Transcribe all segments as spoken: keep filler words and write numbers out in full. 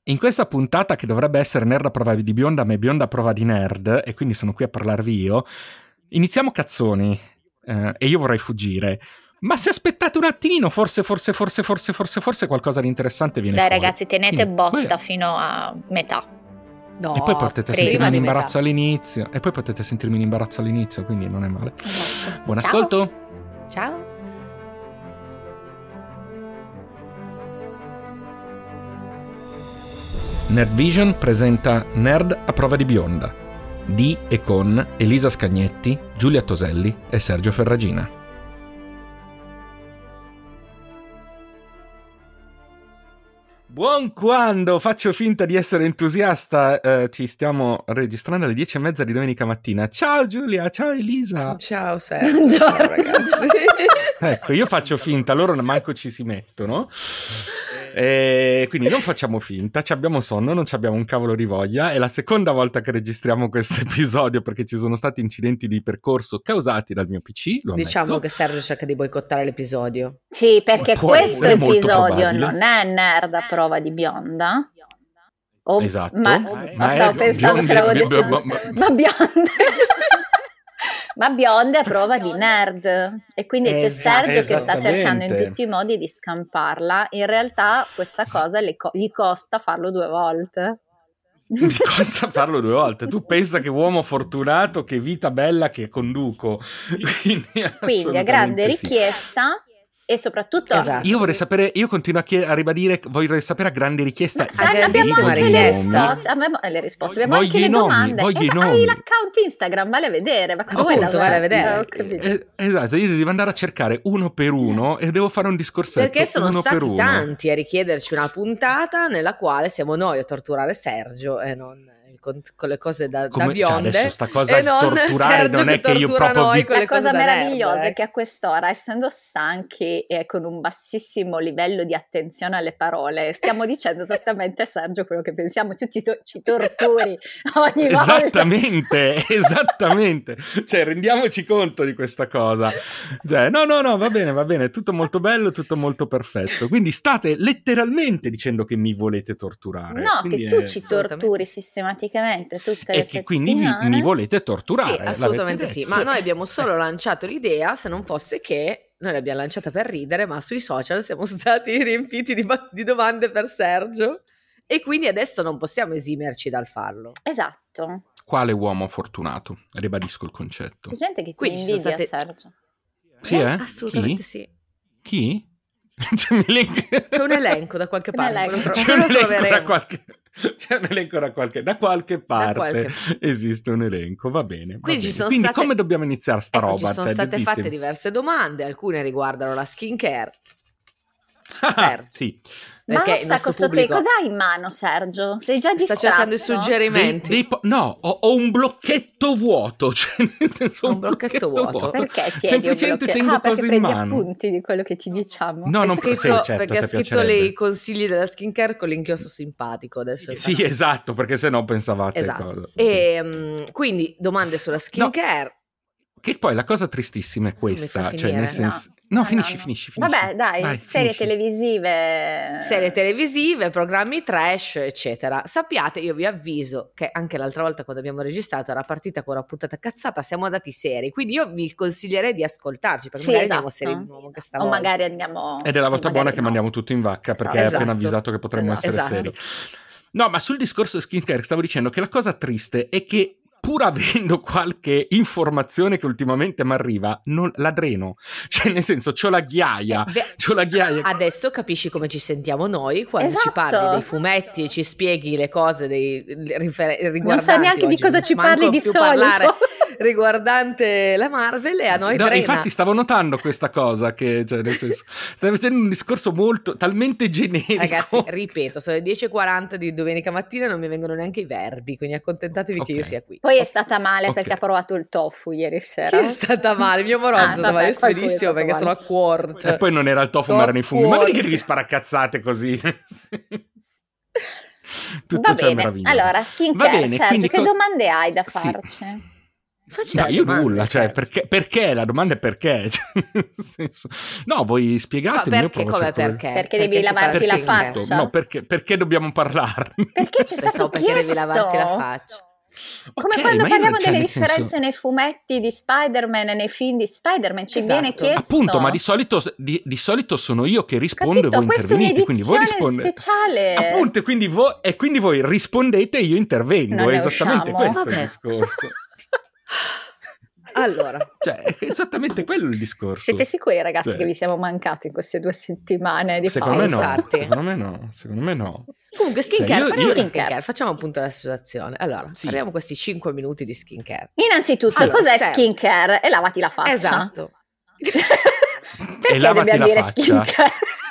In questa puntata, che dovrebbe essere nerd a prova di bionda, ma è bionda a prova di nerd, e quindi sono qui a parlarvi io, iniziamo cazzoni, eh, e io vorrei fuggire. Ma se aspettate un attimino, forse, forse, forse, forse, forse, forse qualcosa di interessante viene Dai fuori. ragazzi, tenete Quindi, botta beh, fino a metà. No, e poi potete prima sentirmi in di imbarazzo metà. all'inizio, e poi potete sentirmi in imbarazzo all'inizio, quindi non è male. Esatto. Buon Ciao. ascolto! Ciao. Nerdvision presenta Nerd a prova di bionda, di e con Elisa Scagnetti, Giulia Toselli e Sergio Ferragina. Buon quando faccio finta di essere entusiasta, eh, ci stiamo registrando alle dieci e mezza di domenica mattina. Ciao Giulia, ciao Elisa. Ciao Sergio, ciao ragazzi. Ecco, io faccio finta, loro manco ci si mettono. E quindi non facciamo finta, ci abbiamo sonno, non ci abbiamo un cavolo di voglia. È la seconda volta che registriamo questo episodio perché ci sono stati incidenti di percorso causati dal mio P C. Lo Diciamo ammetto. che Sergio cerca di boicottare l'episodio. Sì, perché Può questo essere molto episodio probabile. non è nerd a prova di bionda. O- Esatto. Ma, Ma ma è stavo pensando se bionde- l'avevo detto bio- giusto. bio- Ma bionda. Ma bionda è a prova di nerd. E quindi c'è Esa- Sergio che sta cercando in esattamente. tutti i modi di scamparla. In realtà questa cosa le co- gli costa farlo due volte. Mi costa farlo due volte. Tu pensa che uomo fortunato, che vita bella che conduco. Quindi, Quindi a grande assolutamente sì. richiesta e soprattutto Esatto. Io vorrei sapere, io continuo a, chied- a ribadire, vorrei sapere a grande richiesta. Ma sai, A abbiamo grandissima anche le richiesta. risposte, abbiamo le risposte, abbiamo Voglio anche le i nomi, domande. voglio Eh, i ma nomi. hai l'account Instagram, vale a vedere. Ma cosa vuoi Appunto, da me? vale a vedere. Eh, ho capito. Eh, esatto, io devo andare a cercare uno per uno e devo fare un discorsetto Perché sono uno per stati uno. tanti a richiederci una puntata nella quale siamo noi a torturare Sergio e non con, con le cose da, Come, da bionde. cioè adesso sta cosa e di non torturare Sergio non è che io tortura proprio noi vi- con La le cose cosa da meravigliosa nerd, è eh. che a quest'ora, essendo stanchi e con un bassissimo livello di attenzione alle parole, stiamo dicendo esattamente a Sergio quello che pensiamo, tu ti to- ci torturi ogni volta. Esattamente, esattamente. Cioè, rendiamoci conto di questa cosa. Cioè, no, no, no, va bene, va bene, tutto molto bello, tutto molto perfetto. Quindi state letteralmente dicendo che mi volete torturare. No, Quindi che tu è- ci assolutamente torturi sì. sistematicamente tutte E le che quindi mi, settimane. mi volete torturare. Sì, l'avete assolutamente sì, detto. ma noi abbiamo solo lanciato l'idea, se non fosse che noi l'abbiamo lanciata per ridere, ma sui social siamo stati riempiti di, ba- di domande per Sergio e quindi adesso non possiamo esimerci dal farlo. Esatto. Quale uomo fortunato? Ribadisco il concetto. C'è gente che ti Quindi ci sono invidia, state- Sergio. Sì, eh? Assolutamente Chi? sì. Chi? C'è un elenco, C'è un elenco da qualche C'è un parte, elenco. lo tro- C'è un lo elenco da troveremo. qualche... C'è un elenco da qualche... Da qualche parte qualche- esiste un elenco, va bene. va Quindi ci bene. sono Quindi state- come dobbiamo iniziare sta Ecco, roba? ci sono Cioè, state ditemi. fatte diverse domande, alcune riguardano la skincare. Ah, Sergio. sì. Perché il Basta nostro con sto te, pubblico cos'hai in mano, Sergio? Sei già sta distratto? cercando i Dei, suggerimenti. dei po- no, ho, ho un blocchetto vuoto, cioè nel senso Un blocchetto vuoto. Perché tieni un Semplicemente blocco? tengo Ah, perché cose in prendi mano. appunti di quello che ti diciamo. No, È non scritto, sì, certo, perché ha ti scritto piacerebbe. le- i consigli della skincare con l'inchiostro simpatico adesso. è Sì, fatto. esatto, perché se no pensavate Esatto. cosa. E, mm, quindi domande sulla skincare. Che poi la cosa tristissima è mi questa, fa cioè finire. nel senso... No, No, finisci, no, no. finisci, finisci. Vabbè, dai, Vai, serie finisci. televisive. Serie televisive, programmi trash, eccetera. Sappiate, io vi avviso che anche l'altra volta quando abbiamo registrato era partita con una puntata cazzata, siamo andati seri, quindi io vi consiglierei di ascoltarci, perché Sì, magari esatto. andiamo seri di nuovo questa O volta. magari andiamo... Ed è la volta magari buona che no. mandiamo tutto in vacca, perché Esatto. hai appena Esatto. avvisato che potremmo Esatto. essere Esatto. seri. No, ma sul discorso skincare stavo dicendo che la cosa triste è che pur avendo qualche informazione che ultimamente mi arriva, non la dreno. Cioè, nel senso, c'ho la ghiaia, Eh, beh, c'ho la ghiaia. Adesso capisci come ci sentiamo noi quando Esatto. ci parli dei fumetti e ci spieghi le cose dei rifer- riguardanti. Non sai neanche di oggi cosa non ci manco parli di più solito. parlare riguardante la Marvel e a noi No, drena. infatti stavo notando questa cosa, che cioè, nel senso, stai facendo un discorso molto, talmente generico. Ragazzi, ripeto, sono le dieci e quaranta di domenica mattina e non mi vengono neanche i verbi, quindi accontentatevi Ok. che io sia qui. Poi è stata male Ok. perché ha provato il tofu ieri Chi sera. è stata male? Il mio moroso Ah, è stato vabbè, male, io sto qualcuno è benissimo stato perché male. sono a quart. E poi non era il tofu, So ma erano i funghi. Ma non è che quart. devi sparacazzate così. Tutto Va ciò è bene, meraviglioso. allora Va skincare, bene, Sergio, quindi che co- domande hai da Sì. farci? Facci No, delle io domande, nulla, cioè, Sergio. perché, perché? La domanda è perché? Cioè, nel senso- no, voi No, spiegatemi, io perché? provo a Come cercare- perché? Perché devi si fa lavarti la skincare? faccia? No, perché, perché dobbiamo parlarne? Perché c'è Pensavo stato perché devi chiesto. lavarti la faccia. Come Ok, quando ma io- parliamo cioè, delle nel differenze senso- nei fumetti di Spider-Man e nei film di Spider-Man, ci viene Esatto. chiesto. Appunto, ma di solito, di, di solito sono io che rispondo Capito, e voi questa è intervenite, quindi voi un'edizione rispondete. speciale. Appunto, e quindi, voi, e quindi voi rispondete e io intervengo. Non È ne esattamente usciamo. questo Vabbè. il discorso. Allora, Cioè, è esattamente quello il discorso. Siete sicuri, ragazzi, Cioè, che vi siamo mancati in queste due settimane di Secondo me Sì, no, pausa? infatti. secondo me no, secondo me no. comunque skincare, Cioè, io- parliamo io- di Skincare. skincare, facciamo un punto della situazione. Allora, Sì. parliamo questi cinque minuti di skincare. Innanzitutto, Allora, cos'è Sergio. skincare? E lavati la faccia. Esatto. Perché E lavati dobbiamo la dire faccia. skincare?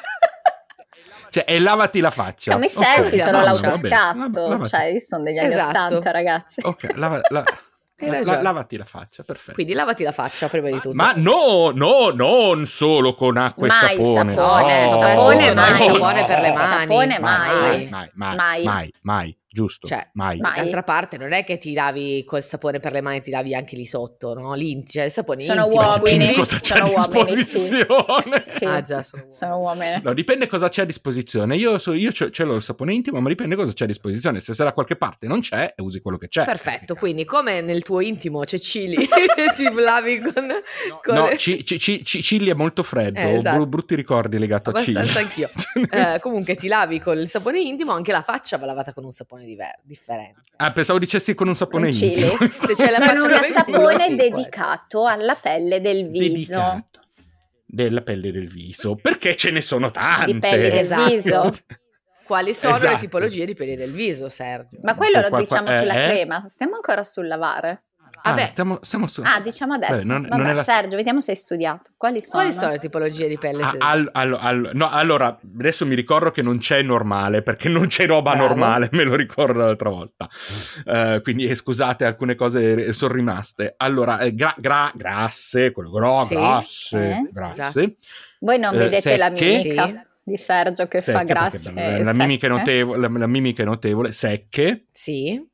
Cioè, e lavati la faccia. Come Ok, selfie, sono vabbè, l'autoscatto. vabbè, lavati- Cioè, io sono degli anni Esatto. ottanta, ragazzi. Ok, lava- la- Hai la- ragione. lavati la faccia, perfetto. Quindi lavati la faccia prima di tutto. Ma no, no, non solo con acqua Mai e sapone. sapone, no, sapone no, mai. no, Sapone per le no. mani. Sapone mai. Mai, mai, mai, Mai. mai, mai, giusto, Cioè, mai. mai. D'altra parte non è che ti lavi col sapone per le mani, ti lavi anche lì sotto, no? Lì c'è il sapone Sono intimo. uomini. Dipende quindi- cosa c'è sono a uomini, sì. disposizione. Sì, Ah, già, sono sono uomini. No, dipende cosa c'è a disposizione. Io, so- io ce, ce l'ho il sapone intimo, ma dipende cosa c'è a disposizione. Se da qualche parte non c'è, usi quello che c'è. Perfetto, quindi come nel tuo intimo c'è Cili, ti lavi con... con No, le- ci, ci, ci, ci- Cigli è molto freddo, Eh, esatto. bru- brutti ricordi legato a Cigli. Abbastanza anch'io. Cioè, nel Eh, senso- comunque ti lavi col sapone intimo, anche la faccia va lavata con un sapone diver- differente. Ah, pensavo dicessi con un sapone Con Cigli? intimo. Se c'è la Non faccia un come il culo, sapone sì, può dedicato alla pelle del viso. Dedicato. Della pelle del viso, perché ce ne sono tante. Di pelli del Esatto. viso. Quali sono le Esatto. tipologie di peli del viso, Sergio? Ma quello lo Qua- qua- diciamo eh, sulla eh? crema. Stiamo ancora sul lavare. Ah, Vabbè. stiamo, stiamo su- Ah, diciamo adesso. Beh, non- Vabbè, non è la- Sergio, vediamo se hai studiato. Quali sono? Quali sono le tipologie di pelle? Ah, se- al- al- al- no, allora, adesso mi ricordo che non c'è normale, perché non c'è roba Bravo. normale, me lo ricordo l'altra volta. Eh, quindi eh, scusate, alcune cose sono rimaste. Allora, eh, gra- gra- grasse, quello gro, Sì. grasse, Eh, grasse. esatto. Voi non Eh, vedete la secche? mimica Sì. di Sergio che fa Secche, perché grasse la, e la mimica è secche? notevole, la, la mimica è notevole, secche Sì.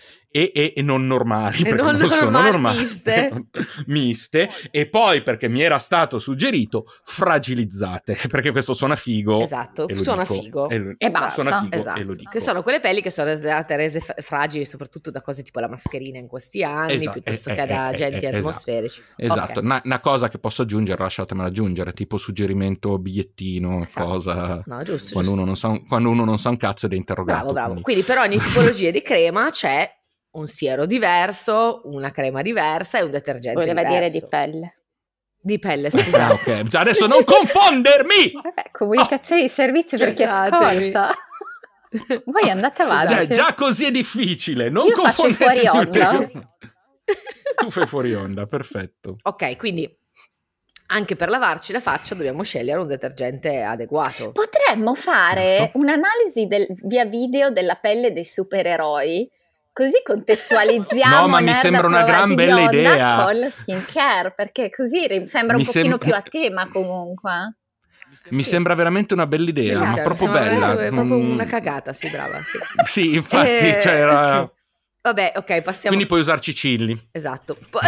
e, e- e non normali, E perché non non sono normali, normali. miste. Miste. E poi, perché mi era stato suggerito, fragilizzate, perché questo suona figo. Esatto, e lo suona dico, figo. E, lo- E basta. Suona figo Esatto. e lo dico. Che sono quelle pelli che sono state rese fa- fragili soprattutto da cose tipo la mascherina in questi anni, Esatto, piuttosto eh, che eh, da eh, agenti eh, atmosferici. Esatto, Ok. una, una cosa che posso aggiungere, lasciatemela aggiungere, tipo suggerimento, bigliettino, Esatto. cosa... No, giusto, Quando giusto. uno, non sa un, quando uno non sa un cazzo ed è interrogato. Bravo, bravo. quindi- Quindi per ogni tipologia di crema c'è un siero diverso, una crema diversa e un detergente Voleva dire diverso. di pelle. Di pelle, Ah, scusate. ok. Adesso non confondermi! Vabbè, comunicazione di servizio per chi Scusatemi. ascolta. Voi andate avanti. Cioè, già così è difficile, non Io faccio confondete fuori onda. ulteriormente. Tu fai fuori onda, perfetto. Ok, quindi anche per lavarci la faccia dobbiamo scegliere un detergente adeguato. Potremmo fare Giusto. un'analisi del, via video della pelle dei supereroi, così contestualizziamo No, ma mi Nerd sembra una Approvati gran bella Bionda idea. con la skincare, perché così ri- sembra Mi un pochino sem- più a tema comunque. Mi Sì. sembra veramente una bella idea, Bellissima, ma proprio sembra bella. veramente- È proprio Mm. una cagata, sì, brava, sì. Sì, infatti, Eh, cioè, era- Vabbè, ok, passiamo. quindi puoi usarci Cilli. Esatto. Poi,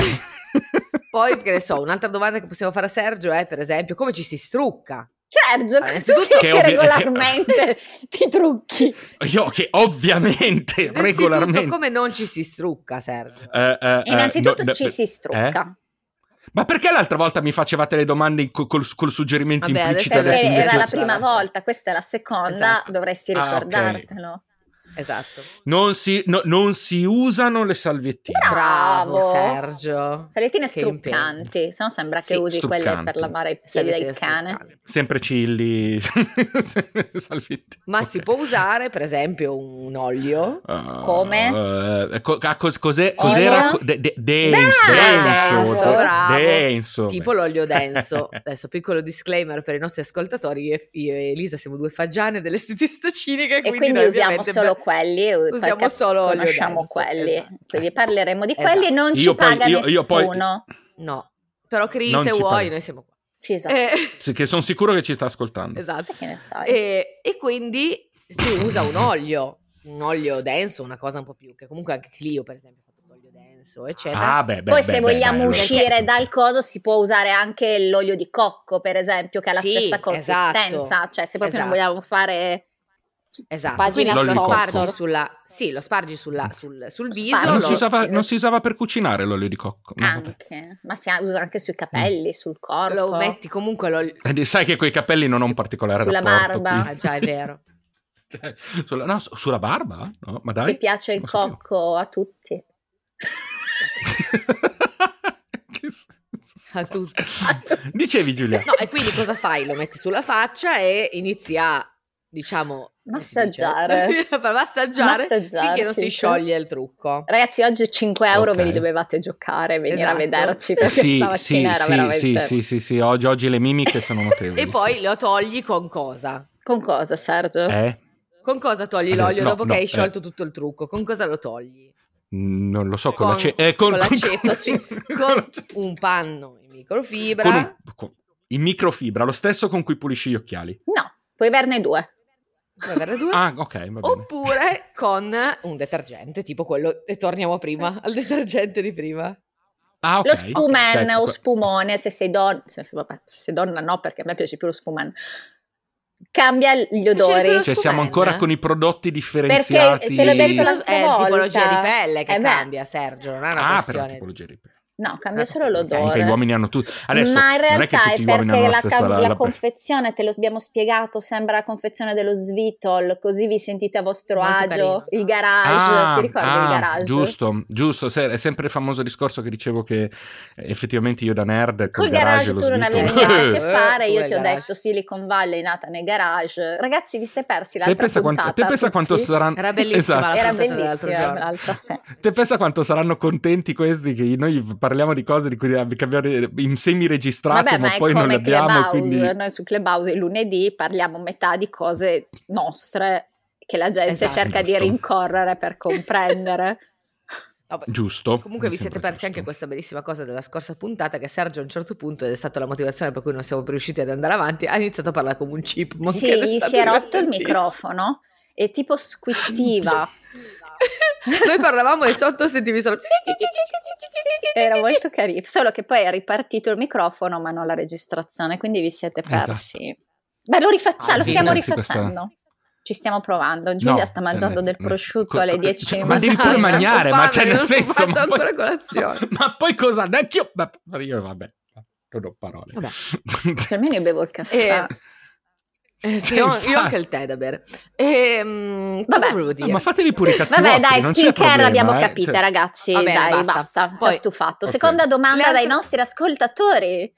poi, che ne so, un'altra domanda che possiamo fare a Sergio è, per esempio, come ci si strucca? Sergio, Allora, tu innanzitutto- che, Che ovvi- regolarmente ti trucchi. Io che ovviamente, Innanzitutto, regolarmente... come non ci si strucca, Sergio? Eh, eh, eh, Innanzitutto no, ci eh, si strucca. Ma perché l'altra volta mi facevate le domande col, col, col suggerimento Vabbè, implicito? adesso Perché Adesso invece era la ce prima la faccio. volta, questa è la seconda, Esatto. dovresti Ah, ok. ricordartelo. Esatto. non, si, no- non si usano le salviettine. Bravo. Bravo, Sergio. Salviettine Che impegno. struccanti, se no sembra che Sì, usi quelle struccanti. per lavare i piedi Salviettine del cane. struccanti. Sempre Cilli. salviettine. Ma Ok. si può usare, per esempio, un olio? Ah, Come? eh, co- ah, cos- cos'è, cos'era? Olio? De- de- denso, Denso, denso, bravo. denso. Tipo l'olio denso. Adesso, piccolo disclaimer per i nostri ascoltatori, io e, io e Elisa siamo due fagiane dell'estetista cinica, E quindi, quindi noi usiamo ovviamente solo beh, quelli, e usiamo perché solo olio conosciamo denso, quelli, esatto. quindi parleremo di Esatto. quelli e non ci Io poi- paga io- io poi- nessuno. No, però Cris, Non se ci vuoi, parli. noi siamo qua. Sì, esatto. Eh, Sì, che sono sicuro che ci sta ascoltando. esatto. Che ne sai? E, e quindi si usa un olio, un olio denso, una cosa un po' più, che comunque anche Clio, per esempio, ha fatto questo olio denso, senso, eccetera. Ah, beh, beh, Poi beh, se beh, vogliamo dai, allora uscire sì. dal coso si può usare anche l'olio di cocco, per esempio, che ha la Sì, stessa consistenza, esatto, cioè se proprio non esatto. vogliamo fare Esatto, pagina quindi lo L'olio di cocco. spargi sponsor. sulla, sì, lo spargi sulla, sul, sul viso, Spargi. Non si, lo- usava, non si usava per cucinare l'olio di cocco. No, vabbè. Anche, ma si usa anche sui capelli, sul corpo, lo metti comunque, lo, E sai che coi capelli non ho un particolare sulla rapporto. barba. quindi- ah già, è vero. Cioè, sulla, no, su- sulla barba? No, ma dai. Se piace il non lo sapevo. cocco a tutti. Che senso? A tutti. Dicevi, Giulia. No, e quindi cosa fai? Lo metti sulla faccia e inizi a, diciamo, Massaggiare. massaggiare, Massaggiare, finché non sì, si sì. scioglie il trucco. Ragazzi, oggi cinque euro Ok. ve li dovevate giocare, venire Esatto. a vederci, perché Sì, stamattina sì, era sì, veramente... sì, sì, sì, sì, oggi, oggi le mimiche sono notevoli. E poi lo togli con cosa? Con cosa, Sergio? Eh? Con cosa togli Eh, l'olio no, dopo no, che hai eh. sciolto tutto il trucco? Con cosa lo togli? Non lo so, con, Con, l'ace- eh, con, con con- l'aceto, sì. con Con l'aceto. un panno in microfibra. Con un- con- in microfibra, lo stesso con cui pulisci gli occhiali. No, puoi averne due. Puoi averne due. Ah, ok, va bene. Oppure con un detergente, tipo quello, e torniamo prima, al detergente di prima. Ah, ok. Lo spuman Cioè, o que- spumone, se sei donna, se, se- vabbè, se sei donna no, perché a me piace più lo spuman. Cambia gli più odori. lo Cioè, siamo Spuman? ancora con i prodotti Perché differenziati. te l'ho detto È l'altra la tipologia volta. di pelle che Eh beh, cambia, Sergio, non è una Ah, per la questione. tipologia di pelle. No, cambia Ah, solo sì, l'odore. Comunque gli uomini hanno tutti. Adesso Ma in non è che realtà tutti è gli uomini perché hanno la la, stessa ca- la, la la- confezione, te lo abbiamo spiegato, sembra la confezione dello Svitol, così vi sentite a vostro Molto agio. carino. Il garage, Ah, ti ricordi il ah, garage? giusto, giusto. Se- È sempre il famoso discorso che dicevo che eh, effettivamente io da nerd Col col garage garage lo tu non avevi svito. niente a che Eh, fare, tu io nel ti ho garage. detto Silicon Valley nata nel garage. Ragazzi, vi stai persi Te l'altra pensa quanto, puntata? te pensa quanto tutti? saranno. Era bellissima Esatto. la Era puntata dell'altro bellissima giorno. l'altra sera. Te pensa quanto saranno contenti questi che noi parliamo di cose di cui ab- che abbiamo in semi registrato, Vabbè, ma ma è poi non le come abbiamo. Clubhouse. Quindi Noi su Clubhouse il lunedì parliamo metà di cose nostre che la gente Esatto. cerca di Giusto. rincorrere per comprendere. Vabbè. giusto. Comunque Mi vi siete sembra persi anche giusto. questa bellissima cosa della scorsa puntata, che Sergio a un certo punto, ed è stata la motivazione per cui non siamo più riusciti ad andare avanti, ha iniziato a parlare come un chipmunk. Sì, ed è gli stato si è rotto il divertentissimo. microfono e tipo squittiva. Noi parlavamo e sotto sentivi solo Era molto carino, solo che poi è ripartito il microfono ma non la registrazione, quindi vi siete persi. Beh, lo rifacciamo, Ah, lo sì, stiamo ragazzi, questa- rifacendo. Ci stiamo provando. Giulia No, sta mangiando eh, del eh, prosciutto co- alle co- dieci. cioè, e ma mezza. devi pure Scusate, mangiare, ho ma fame, cioè nel non ho senso, fatto ma poi, ancora colazione. ma poi cosa? Neanch'io, ma ma io vabbè, non ho parole. Vabbè. Almeno io bevo il caffè. Eh, sì, Cioè, io, infatti. io ho anche il tè da bere. E, mm, cosa Vabbè. volevo No, dire? ma fatevi pure i cazzi Vabbè, vostri, dai, non c'è skincare problema, l'abbiamo eh, capita, cioè- ragazzi. Va bene, dai, basta. basta, Poi, già stufato. ok. Seconda domanda Le altre- dai nostri ascoltatori.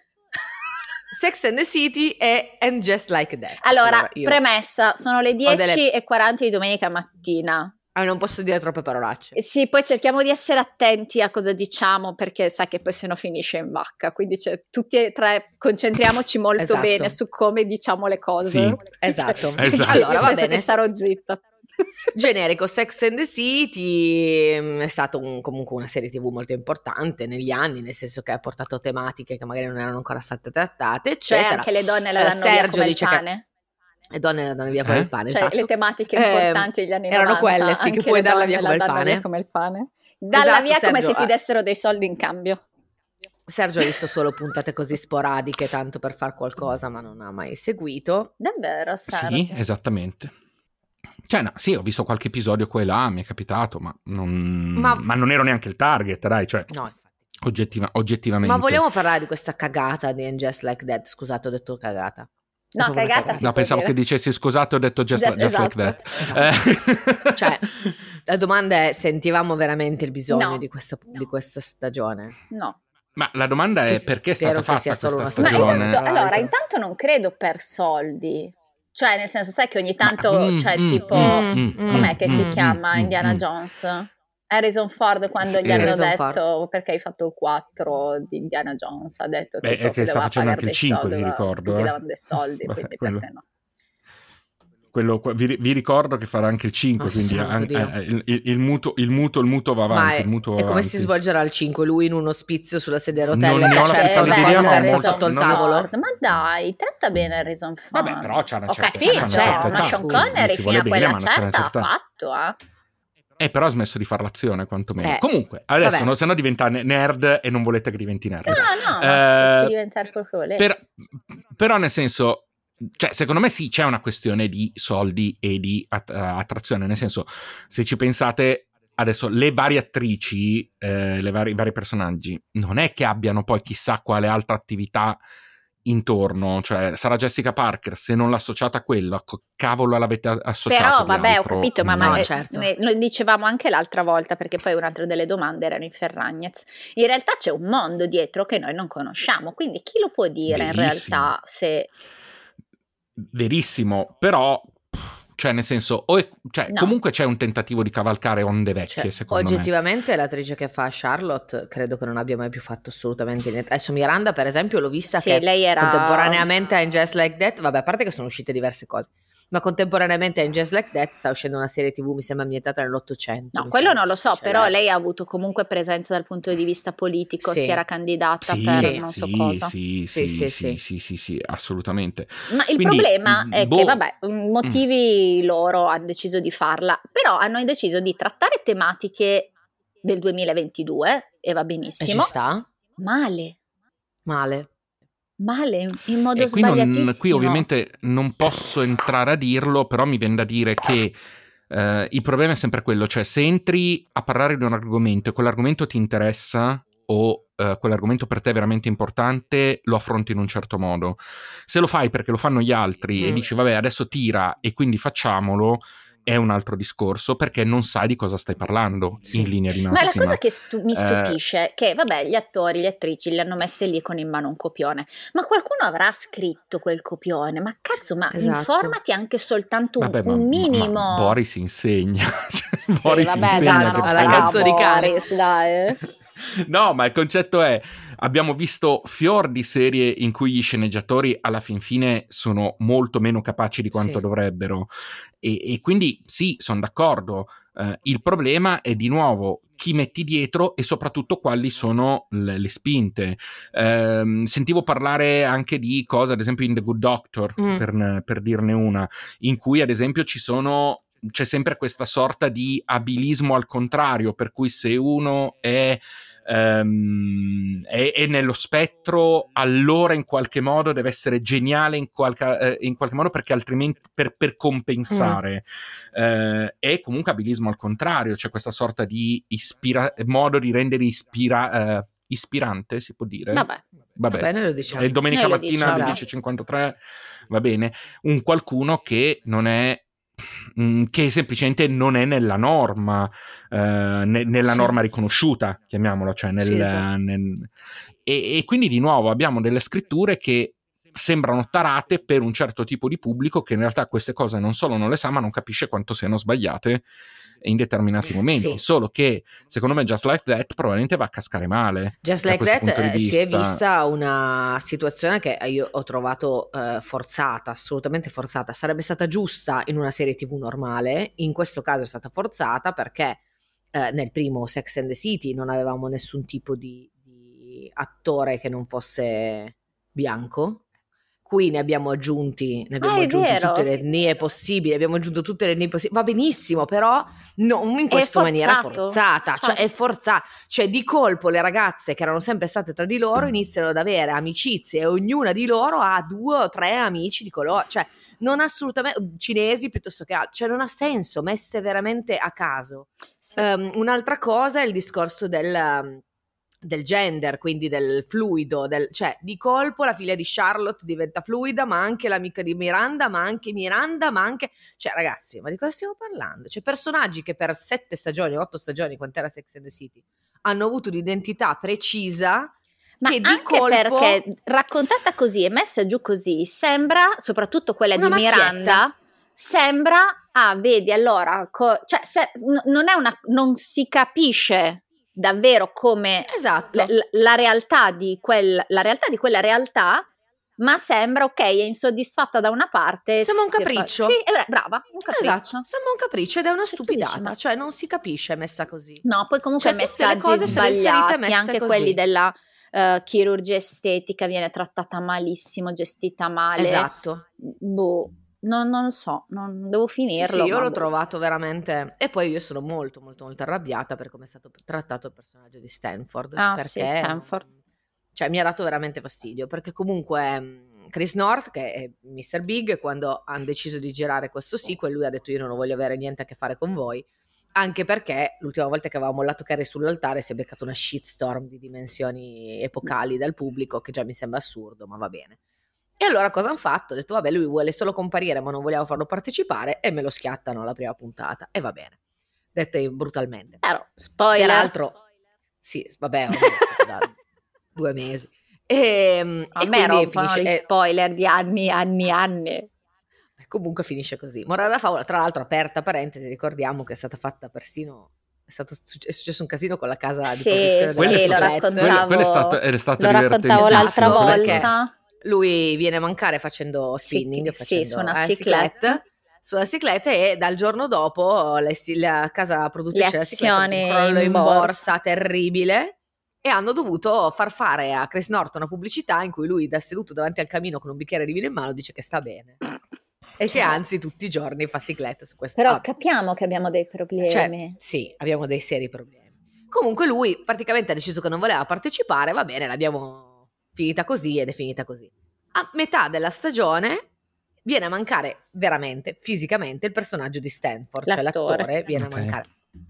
Sex and the City e And Just Like That. Allora, io premessa, sono le ho delle- dieci e quaranta di domenica mattina. ah, non posso dire troppe parolacce. Sì, poi cerchiamo di essere attenti a cosa diciamo perché sai che poi se no finisce in vacca, quindi cioè, tutti e tre concentriaamoci molto Esatto. bene su come diciamo le cose. Sì. Esatto. Esatto. Allora, Io va penso bene. che starò zitta. Generico, Sex and the City mm, è stato un- comunque una serie tv molto importante negli anni, nel senso che ha portato tematiche che magari non erano ancora state trattate, Cioè eccetera. anche le donne la Eh, danno via Sergio come il dice che- pane. Le donne la danno via con Eh? il pane, Cioè esatto. le tematiche Eh, importanti degli anni erano novanta, quelle, sì, che anche puoi le darla via donne come la il danno pane. via come il pane. Dalla Esatto, via come Sergio, se ti eh. dessero dei soldi in cambio. Sergio ha visto solo puntate così sporadiche, tanto per far qualcosa, ma non ha mai seguito. Davvero, Sergio? Sì, esattamente. Cioè, no, sì, ho visto qualche episodio qua e là, mi è capitato, ma non, Ma- ma non ero neanche il target, dai, cioè, No, infatti. oggettiva- oggettivamente. Ma vogliamo parlare di questa cagata di And Just Like That? Scusate, ho detto cagata. No, È proprio una cagata si No, può pensavo dire. che dicessi scusate, ho detto just, Just- just like esatto. that. Eh. Cioè, la domanda è: sentivamo veramente il bisogno No. di, questa, No. di questa stagione? No. Ma la domanda è Che perché è spero stata che sia fatta solo questa una Ma stagione. stagione? esatto, allora L'altro. intanto non credo per soldi. Cioè, nel senso, sai che ogni tanto, Ma- mm, cioè, mm, tipo, mm, mm, com'è che si mm, chiama mm, Indiana mm. Jones? Harrison Ford, quando Sì, gli hanno Harrison detto Ford. perché hai fatto il quattro di Indiana Jones, ha detto Beh, tipo è che sta doveva facendo pagare anche il dei cinque, soldi, vi doveva- ricordo, gli eh. davano dei soldi, Vabbè, quindi quello- perché no? Quello, vi, vi ricordo che farà anche il cinque, Oh, quindi santo an- Dio. eh, il, il, il mutuo, il mutuo il mutuo va avanti. Ma è, il mutuo va e come avanti. si svolgerà il cinque? Lui in un ospizio sulla sedia a Non rotelle ne che ho la cerca più una pallida cosa idea, persa molto- sotto il non- tavolo? Ma dai, tratta bene Harrison Ford. Vabbè, però c'ha una Ho certa capito, c'ha una cioè, certa ma età, Sean scusi, Connery si fino vuole a bene, quella ma non c'è una certa ha certa età. fatto, eh. Eh, però ha smesso di fare l'azione, quantomeno. Eh, Comunque, adesso vabbè. no, se no diventa ne- nerd e non volete che diventi nerd. No, no, ma Eh, può diventare quello che volete. per- però nel senso, cioè, secondo me sì, c'è una questione di soldi e di att- attrazione, nel senso, se ci pensate adesso, le varie attrici, eh, le vari, i vari personaggi, non è che abbiano poi chissà quale altra attività intorno, cioè Sarah Jessica Parker, se non l'associate a quello, co- cavolo l'avete associato Però di vabbè, ho altro? capito, ma, No. ma No, eh, certo. ne- lo dicevamo anche l'altra volta, perché poi un'altra delle domande erano i Ferragnez. In realtà c'è un mondo dietro che noi non conosciamo, quindi chi lo può dire in Verissimo. realtà se... Verissimo, però cioè nel senso o è- cioè, No. comunque c'è un tentativo di cavalcare onde vecchie, Cioè, secondo me. oggettivamente l'attrice che fa Charlotte credo che non abbia mai più fatto assolutamente niente. Adesso Miranda per esempio l'ho vista Sì, che lei era... contemporaneamente a In Just Like That, vabbè, a parte che sono uscite diverse cose, ma contemporaneamente a In Just Like That sta uscendo una serie tv, mi sembra ambientata nell'Ottocento. No, mi quello sembra. non lo so, Cioè, però lei- lei ha avuto comunque presenza dal punto di vista politico, Sì. si era candidata Sì, per sì, non so sì, cosa. sì, Sì, sì, sì, sì, sì. sì, sì, sì, assolutamente. Ma il Quindi, problema è boh, che, vabbè, motivi loro hanno deciso di farla, però hanno deciso di trattare tematiche del duemilaventidue, e va E ci benissimo, sta? male, Male. male, in modo E qui, non, sbagliatissimo. qui ovviamente non posso entrare a dirlo, però mi viene da dire che eh, il problema è sempre quello, cioè se entri a parlare di un argomento e quell'argomento ti interessa o eh, quell'argomento per te è veramente importante, lo affronti in un certo modo. Se lo fai perché lo fanno gli altri Mm. e dici vabbè adesso tira e quindi facciamolo, è un altro discorso perché non sai di cosa stai parlando Sì. in linea di Ma la massima. cosa che stu- mi Eh, stupisce è che, vabbè, gli attori, le attrici li hanno messe lì con in mano un copione, ma qualcuno avrà scritto quel copione, ma cazzo, ma Esatto. informati anche soltanto un, Vabbè, ma, un ma- minimo. ma Boris insegna. Cioè, Sì, Boris vabbè, insegna esatto, che alla poi- cazzo di cane. Boris, dai. No, ma il concetto è, abbiamo visto fior di serie in cui gli sceneggiatori alla fin fine sono molto meno capaci di quanto Sì. dovrebbero e, e quindi sì, sono d'accordo. Eh, il problema è di nuovo chi metti dietro e soprattutto quali sono le, le spinte. Ehm, sentivo parlare anche di cose, ad esempio in The Good Doctor, Mm. per, per dirne una, in cui ad esempio ci sono c'è sempre questa sorta di abilismo al contrario, per cui se uno è, ehm, è, è nello spettro, allora in qualche modo deve essere geniale in qualche, eh, in qualche modo, perché altrimenti per, per compensare. Mm. Eh, è comunque abilismo al contrario, c'è questa sorta di ispira- modo di rendere ispira- eh, ispirante, si può dire? Vabbè. Vabbè, Vabbè, noi lo diciamo. e domenica Noi lo mattina diciamo. alle dieci e cinquantatré va bene, un qualcuno che non è che semplicemente non è nella norma, eh, ne, nella Sì. norma riconosciuta, chiamiamola, cioè nel, Sì, esatto. nel, e, e quindi di nuovo abbiamo delle scritture che sembrano tarate per un certo tipo di pubblico che in realtà queste cose non solo non le sa, ma non capisce quanto siano sbagliate in determinati momenti. Sì. Solo che secondo me Just Like That probabilmente va a cascare male. Just da Like questo That punto di eh, si è vista. vista una situazione che io ho trovato eh, forzata, assolutamente forzata. Sarebbe stata giusta in una serie tivù normale, in questo caso è stata forzata perché eh, nel primo Sex and the City non avevamo nessun tipo di, di attore che non fosse bianco. Qui ne abbiamo aggiunti, ne abbiamo Ah, è aggiunti vero. tutte le etnie possibili, abbiamo aggiunto tutte le etnie possibili, va benissimo, però non in È questa maniera forzato. forzata, cioè Certo. è forzata, cioè di colpo le ragazze che erano sempre state tra di loro iniziano ad avere amicizie e ognuna di loro ha due o tre amici di colore, cioè non assolutamente, cinesi piuttosto che altri, cioè non ha senso, messe veramente a caso. Sì. Um, un'altra cosa è il discorso del... del gender, quindi del fluido, del, cioè di colpo la figlia di Charlotte diventa fluida, ma anche l'amica di Miranda, ma anche Miranda, ma anche, cioè ragazzi, ma di cosa stiamo parlando? Cioè personaggi che per sette stagioni, otto stagioni, quant'era Sex and the City, hanno avuto un'identità precisa, Ma che di anche colpo perché raccontata così e messa giù così sembra, soprattutto quella Una di macchietta. Miranda, sembra, ah vedi allora, co- cioè se, n- non è una, non si capisce davvero come esatto, la, la- la realtà di quel, la realtà di quella realtà, ma sembra ok, è insoddisfatta da una parte. Sembra un si- capriccio. Sì, è brava, un capriccio. esatto, sembra un capriccio ed è una E tu dici, stupidata, ma- cioè non si capisce messa così. No, poi comunque Cioè, tutte le messaggi cose sono inserite sbagliati, messe anche così. quelli della eh, chirurgia estetica viene trattata malissimo, gestita male. Esatto. Boh. non, non lo so, non devo finirlo. Sì, sì, io ma l'ho boh. trovato veramente... E poi io sono molto, molto, molto arrabbiata per come è stato trattato il personaggio di Stanford. Ah, perché, sì, Stanford. Cioè, mi ha dato veramente fastidio, perché comunque mh, Chris North, che è mister Big, quando hanno deciso di girare questo sequel, lui ha detto io non voglio avere niente a che fare con voi, anche perché l'ultima volta che aveva mollato Carrie sull'altare si è beccato una shitstorm di dimensioni epocali dal pubblico, che già mi sembra assurdo, ma va bene. E allora cosa hanno fatto? Ho detto vabbè, lui vuole solo comparire ma non vogliamo farlo partecipare, e me lo schiattano alla prima puntata, e va bene, dette brutalmente. Però, spoiler. Peraltro, sì, vabbè, ormai è fatto da due mesi. E, A e me quindi rompono finisce... gli eh, spoiler di anni, anni, anni. comunque finisce così. Morale della favola, tra l'altro, aperta parentesi, ricordiamo che è stata fatta persino... È, stato, è successo un casino con la casa di Sì, produzione sì, della Quello è lo stato- Ciclette. quello, raccontavo. quello è stato, è stato Lo raccontavo divertentissimo. l'altra Esatto, volta. Lui viene a mancare facendo Sì, spinning, sì, facendo su una eh, ciclette. ciclette, sulla cicletta, e dal giorno dopo le- la casa produttrice Le della cicletta ha avuto un azioni crollo in in borsa. borsa terribile, e hanno dovuto far fare a Chris Norton una pubblicità in cui lui, da seduto davanti al camino con un bicchiere di vino in mano, dice che sta bene e che anzi tutti i giorni fa ciclette su questa. Però ah, capiamo che abbiamo dei problemi. cioè, sì, abbiamo dei seri problemi. Comunque lui praticamente ha deciso che non voleva partecipare, va bene, l'abbiamo finita così ed è finita così. A metà della stagione viene a mancare veramente, fisicamente, il personaggio di Stanford, cioè L'attore. l'attore viene Ok. a mancare.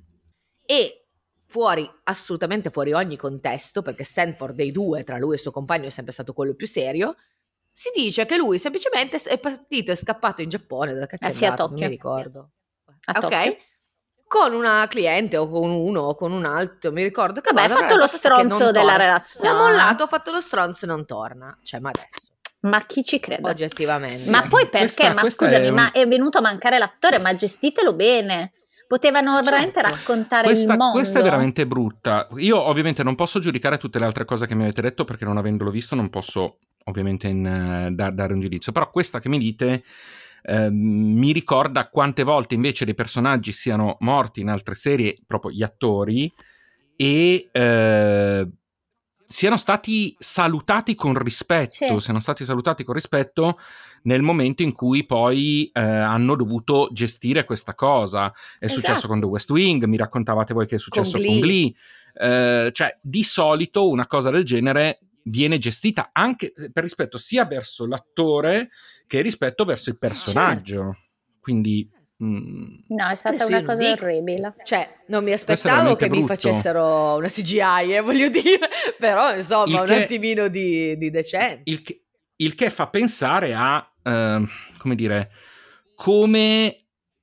E fuori, assolutamente fuori ogni contesto, perché Stanford dei due, tra lui e il suo compagno, è sempre stato quello più serio, si dice che lui semplicemente è partito, è scappato in Giappone, dove cacchio è Eh sì, a andato, non Tokyo. mi ricordo. A Ok? Tokyo. Con una cliente o con uno o con un altro, mi ricordo che Vabbè, ha cosa, fatto però lo il fatto è che non stronzo della torna. relazione. L'ha mollato, ha fatto lo stronzo e non torna. Cioè, ma adesso, Ma chi ci crede? oggettivamente. Sì. Ma poi perché? Questa- ma questa scusami, è un- ma è venuto a mancare l'attore, ma gestitelo bene. Potevano Certo. veramente raccontare Questa, il mondo. questa è veramente brutta. Io ovviamente non posso giudicare tutte le altre cose che mi avete detto, perché non avendolo visto non posso ovviamente in, eh, da- dare un giudizio, però questa che mi dite eh, mi ricorda quante volte invece dei personaggi siano morti in altre serie, proprio gli attori, e eh, siano stati salutati con rispetto, Sì. siano stati salutati con rispetto nel momento in cui poi eh, hanno dovuto gestire questa cosa. È Esatto. successo con The West Wing, mi raccontavate voi che è successo Con con Glee. Glee. Eh, cioè, di solito una cosa del genere viene gestita anche per rispetto sia verso l'attore che rispetto verso il personaggio. Certo. Quindi mm, No, è stata Adesso una io non cosa dico- orribile. Cioè, non mi Questo è aspettavo veramente che mi brutto. facessero una C G I, eh, voglio dire, però insomma Il un che- attimino di, di decenza. il che, il che fa pensare a ehm, come dire, come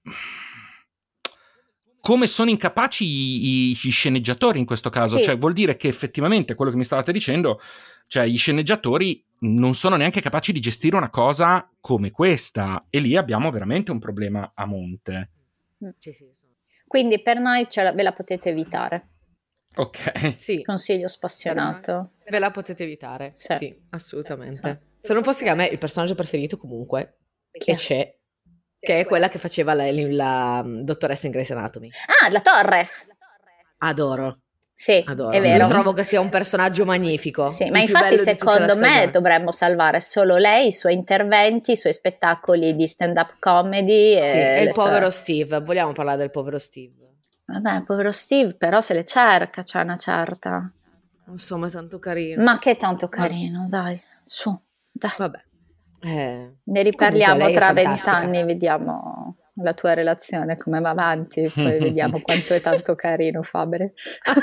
come sono incapaci i- i- gli sceneggiatori in questo caso. Sì. Cioè, vuol dire che effettivamente quello che mi stavate dicendo, cioè gli sceneggiatori non sono neanche capaci di gestire una cosa come questa, e lì abbiamo veramente un problema a monte. Sì, sì, Quindi per noi ce la- ve la potete evitare. Ok. sì. Consiglio spassionato. Ve la potete evitare, Sì. sì, assolutamente. Se non fosse che a me il personaggio preferito comunque, Chi è? che c'è, che è quella che faceva la, la, mm, dottoressa in Grey's Anatomy. Ah, la Torres. Adoro, Sì, adoro. è vero. Io trovo che sia un personaggio magnifico. Sì, il ma più infatti bello di tutta la secondo me stagione. dovremmo salvare solo lei, i suoi interventi, i suoi spettacoli di stand-up comedy. Sì, e e il le sue- povero Steve, vogliamo parlare del povero Steve? Vabbè, povero Steve, però se le cerca, c'è una certa. Insomma, è tanto carino. Ma che tanto carino, dai, su, dai. Vabbè. Eh, Ne riparliamo comunque lei è tra fantastica. vent'anni, vediamo la tua relazione come va avanti, poi vediamo quanto è tanto carino Fabre.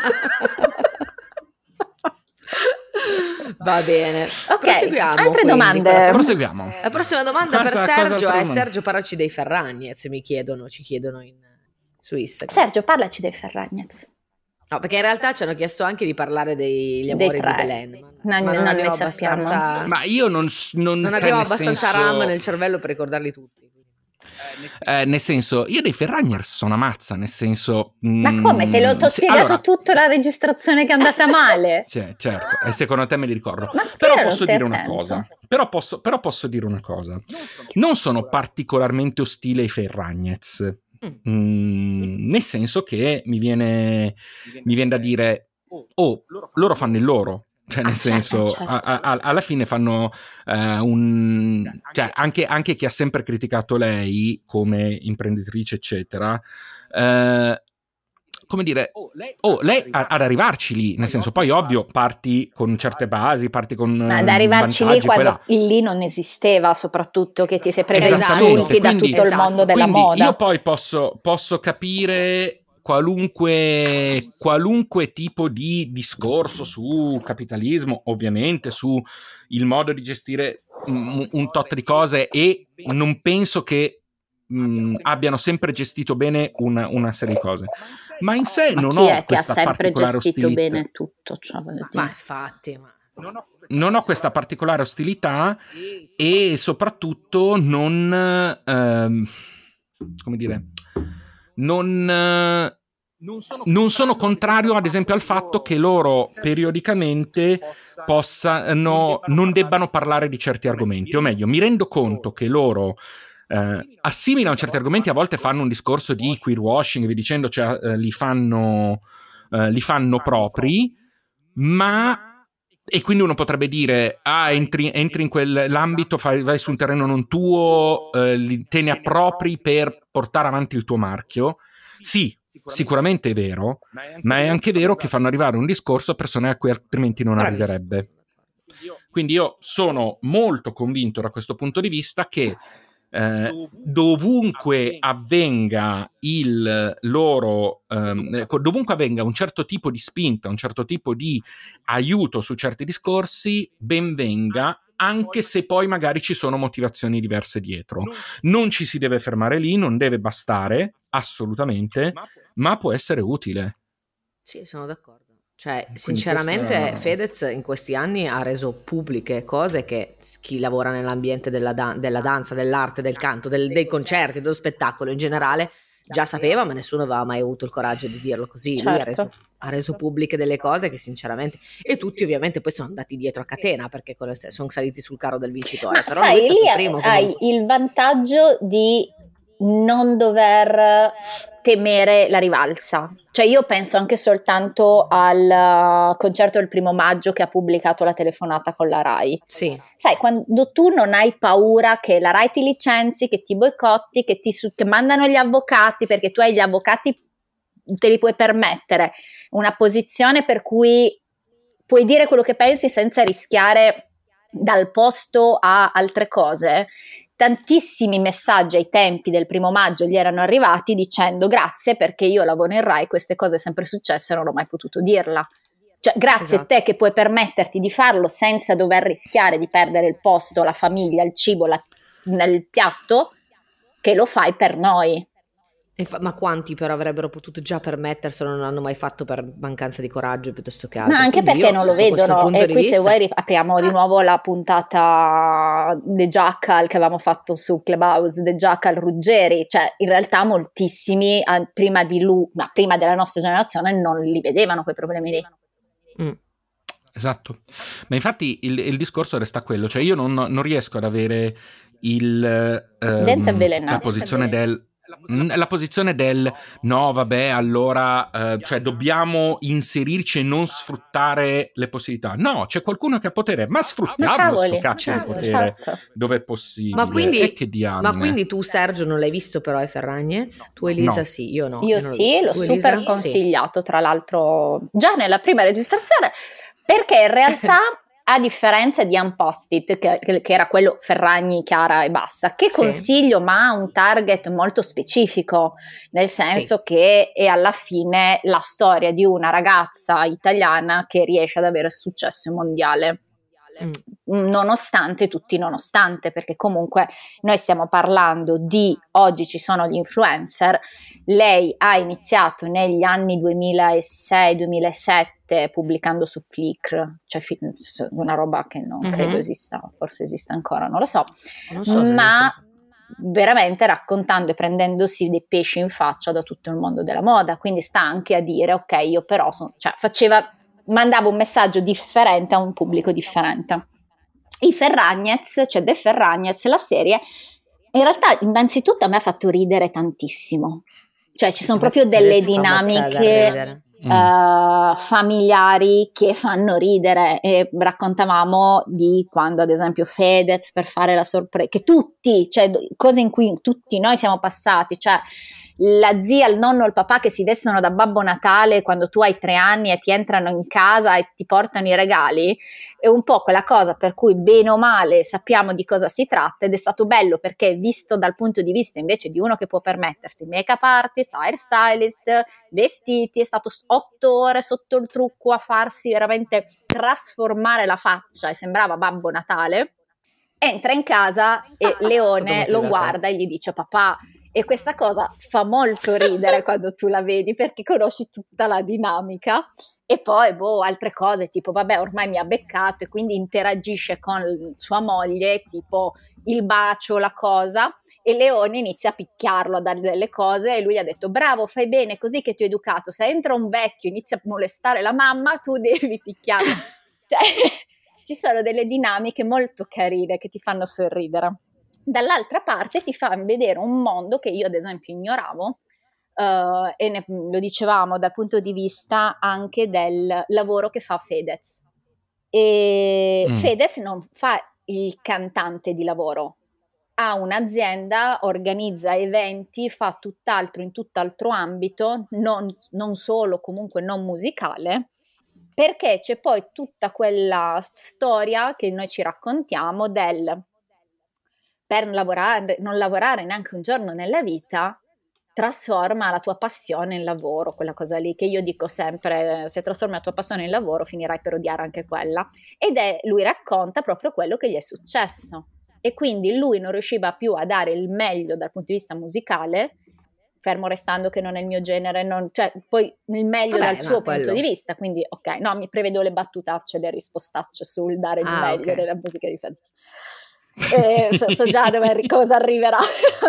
Va bene. Ok, Proseguiamo, altre quindi, domande? con la prossima- Proseguiamo. La prossima domanda Cosa- per cosa Sergio altra è: domanda? Sergio, parlaci dei Ferragnez, mi chiedono, ci chiedono in, su Instagram. Sergio, parlaci dei Ferragnez. No, perché in realtà ci hanno chiesto anche di parlare degli Dei amori tre. di Belen, ma, Non- ma non, non abbiamo ne sappiamo. abbastanza, Ma io non, s- non, non cioè, abbiamo nel abbastanza senso- RAM nel cervello per ricordarli tutti. Eh, nel senso, io dei Ferragners sono una mazza, nel senso... Ma mm, come? Te l'ho t'ho sì, spiegato allora- tutta la registrazione che è andata male. Sì, certo, e secondo te me li ricordo. Ma perché Però non posso stai dire una attento? cosa. Però posso, però posso dire una cosa. Non sono particolarmente ostile ai Ferragnez. Mm, nel senso che mi viene, mi viene da dire, oh, loro fanno il loro. Cioè, nel Ah, senso, certo, certo. a- a- alla fine fanno eh, un... Cioè, anche, anche chi ha sempre criticato lei come imprenditrice, eccetera, eh, come dire, oh, lei a- ad arrivarci lì, nel senso, poi ovvio, parti con certe basi, parti con Ma eh, ad arrivarci lì vantaggi, quando quella. il lì non esisteva, soprattutto che ti sei presa Esatto. insulti da Quindi- tutto il mondo esatto. della Quindi moda. io poi posso, posso capire qualunque, qualunque tipo di discorso su capitalismo, ovviamente, su il modo di gestire un, un tot di cose, e non penso che mh, abbiano sempre gestito bene una, una serie di cose. Ma in sé Ma non chi ho è che ha questa sempre particolare gestito ostilità. bene tutto? Cioè, voglio Ma dire. infatti, ma... Non ho questa particolare ostilità, e soprattutto non, ehm, come dire, non, eh, non sono contrario, ad esempio, al fatto che loro periodicamente possano, non debbano parlare di certi argomenti, o meglio, mi rendo conto che loro eh, assimilano certi argomenti, a volte fanno un discorso di queer washing, vi dicendo, cioè eh, li fanno, eh, li fanno propri, ma... E quindi uno potrebbe dire, ah, entri, entri in quell'ambito, fai, vai su un terreno non tuo, eh, te ne appropri per portare avanti il tuo marchio. Sì, sicuramente è vero, ma è anche vero che fanno arrivare un discorso a persone a cui altrimenti non Bravissimo. arriverebbe. Quindi io sono molto convinto da questo punto di vista che eh, dovunque avvenga il loro ehm, dovunque avvenga un certo tipo di spinta, un certo tipo di aiuto su certi discorsi, ben venga, anche se poi magari ci sono motivazioni diverse dietro. Non ci si deve fermare lì, non deve bastare assolutamente, ma può essere utile. Sì, sono d'accordo. Cioè, Quindi sinceramente, questa... Fedez in questi anni ha reso pubbliche cose che chi lavora nell'ambiente della, dan- della danza, dell'arte, del canto, del- dei concerti, dello spettacolo in generale, già sapeva, ma nessuno aveva mai avuto il coraggio di dirlo così. Lui ha reso, Certo. ha reso pubbliche delle cose che sinceramente... E tutti ovviamente poi sono andati dietro a catena, perché con le- sono saliti sul carro del vincitore. Ma Però sai, lui è stato lì il primo hai comunque. il vantaggio di non dover temere la rivalsa. Cioè io penso anche soltanto al concerto del primo maggio che ha pubblicato la telefonata con la Rai. Sì, Sai, quando tu non hai paura che la Rai ti licenzi, che ti boicotti, che ti su- che mandano gli avvocati, perché tu hai gli avvocati, te li puoi permettere, una posizione per cui puoi dire quello che pensi senza rischiare dal posto a altre cose. Tantissimi messaggi ai tempi del primo maggio gli erano arrivati dicendo grazie perché io lavoro in Rai, queste cose sempre successe e non ho mai potuto dirla. Cioè, grazie esatto. a te che puoi permetterti di farlo senza dover rischiare di perdere il posto, la famiglia, il cibo, la, nel piatto, che lo fai per noi. E fa- ma quanti però avrebbero potuto già permetterselo, non hanno mai fatto per mancanza di coraggio piuttosto che altro? Ma anche Quindi perché io, non lo sotto questo vedono. punto E di qui se vista, vuoi ri- apriamo di Ah. nuovo la puntata The Jackal che avevamo fatto su Clubhouse, The Jackal Ruggeri. Cioè, in realtà moltissimi eh, prima di lui, ma prima della nostra generazione, non li vedevano quei problemi lì. Mm. Esatto, ma infatti il, il discorso resta quello, cioè io non, non riesco ad avere il, ehm, Dente avvelenato. la posizione del la posizione del no vabbè allora eh, cioè dobbiamo inserirci e non sfruttare le possibilità. No, c'è qualcuno che ha potere, ma Ma sfruttiamolo sto cavoli, cazzo di certo, potere certo. dove è possibile. Ma quindi, e che diamine. ma quindi tu Sergio non l'hai visto però ai Ferragnez? Tu Elisa No. sì, io no. Io non sì, l'ho visto. Tu, super Elisa? consigliato, tra l'altro già nella prima registrazione, perché in realtà a differenza di Unposted, che, che, che era quello Ferragni, Chiara e basta, che Sì. consiglio ma ha un target molto specifico, nel senso Sì. che è alla fine la storia di una ragazza italiana che riesce ad avere successo mondiale. Mm. Nonostante tutti i nonostante, perché comunque noi stiamo parlando di oggi ci sono gli influencer. Lei ha iniziato negli anni duemilasei duemilasette pubblicando su Flickr, cioè fi- una roba che non Mhm. credo esista, forse esista ancora, non lo so, Non so se ma esiste. veramente raccontando e prendendosi dei pesci in faccia da tutto il mondo della moda, quindi sta anche a dire ok, io però sono, cioè faceva, mandava un messaggio differente a un pubblico differente. I Ferragnez, cioè The Ferragnez, la serie, in realtà innanzitutto a me ha fatto ridere tantissimo, cioè ci sono proprio Fedez delle fa ammazzare da dinamiche ridere. mm. uh, familiari che fanno ridere, e raccontavamo di quando ad esempio Fedez per fare la sorpresa, che tutti, cioè cose in cui tutti noi siamo passati, cioè la zia, il nonno, il papà che si vestono da Babbo Natale quando tu hai tre anni e ti entrano in casa e ti portano i regali, è un po' quella cosa per cui bene o male sappiamo di cosa si tratta, ed è stato bello perché visto dal punto di vista invece di uno che può permettersi make-up artist, hairstylist, vestiti, è stato otto ore sotto il trucco a farsi veramente trasformare la faccia e sembrava Babbo Natale. Entra in casa e Leone lo guarda e gli dice papà. E questa cosa fa molto ridere quando tu la vedi, perché conosci tutta la dinamica. E poi boh, altre cose tipo vabbè, ormai mi ha beccato, e quindi interagisce con sua moglie, tipo il bacio, la cosa, e Leone inizia a picchiarlo, a dargli delle cose, e lui gli ha detto bravo, fai bene, così che ti ho educato, se entra un vecchio e inizia a molestare la mamma tu devi picchiarlo. Cioè ci sono delle dinamiche molto carine che ti fanno sorridere. Dall'altra parte ti fa vedere un mondo che io ad esempio ignoravo, uh, e ne, lo dicevamo dal punto di vista anche del lavoro che fa Fedez. E mm. Fedez non fa il cantante di lavoro, ha un'azienda, organizza eventi, fa tutt'altro in tutt'altro ambito, non, non solo, comunque non musicale, perché c'è poi tutta quella storia che noi ci raccontiamo del per lavorare, non lavorare neanche un giorno nella vita, trasforma la tua passione in lavoro, quella cosa lì che io dico sempre, se trasformi la tua passione in lavoro finirai per odiare anche quella. Ed è, lui racconta proprio quello che gli è successo, e quindi lui non riusciva più a dare il meglio dal punto di vista musicale, fermo restando che non è il mio genere, non, cioè poi il meglio Vabbè, dal suo punto quello. di vista, quindi ok, no, mi prevedo le battutacce, le rispostacce sul dare il ah, meglio okay. della musica di Fedez. Eh, so, so già dove cosa arriverà.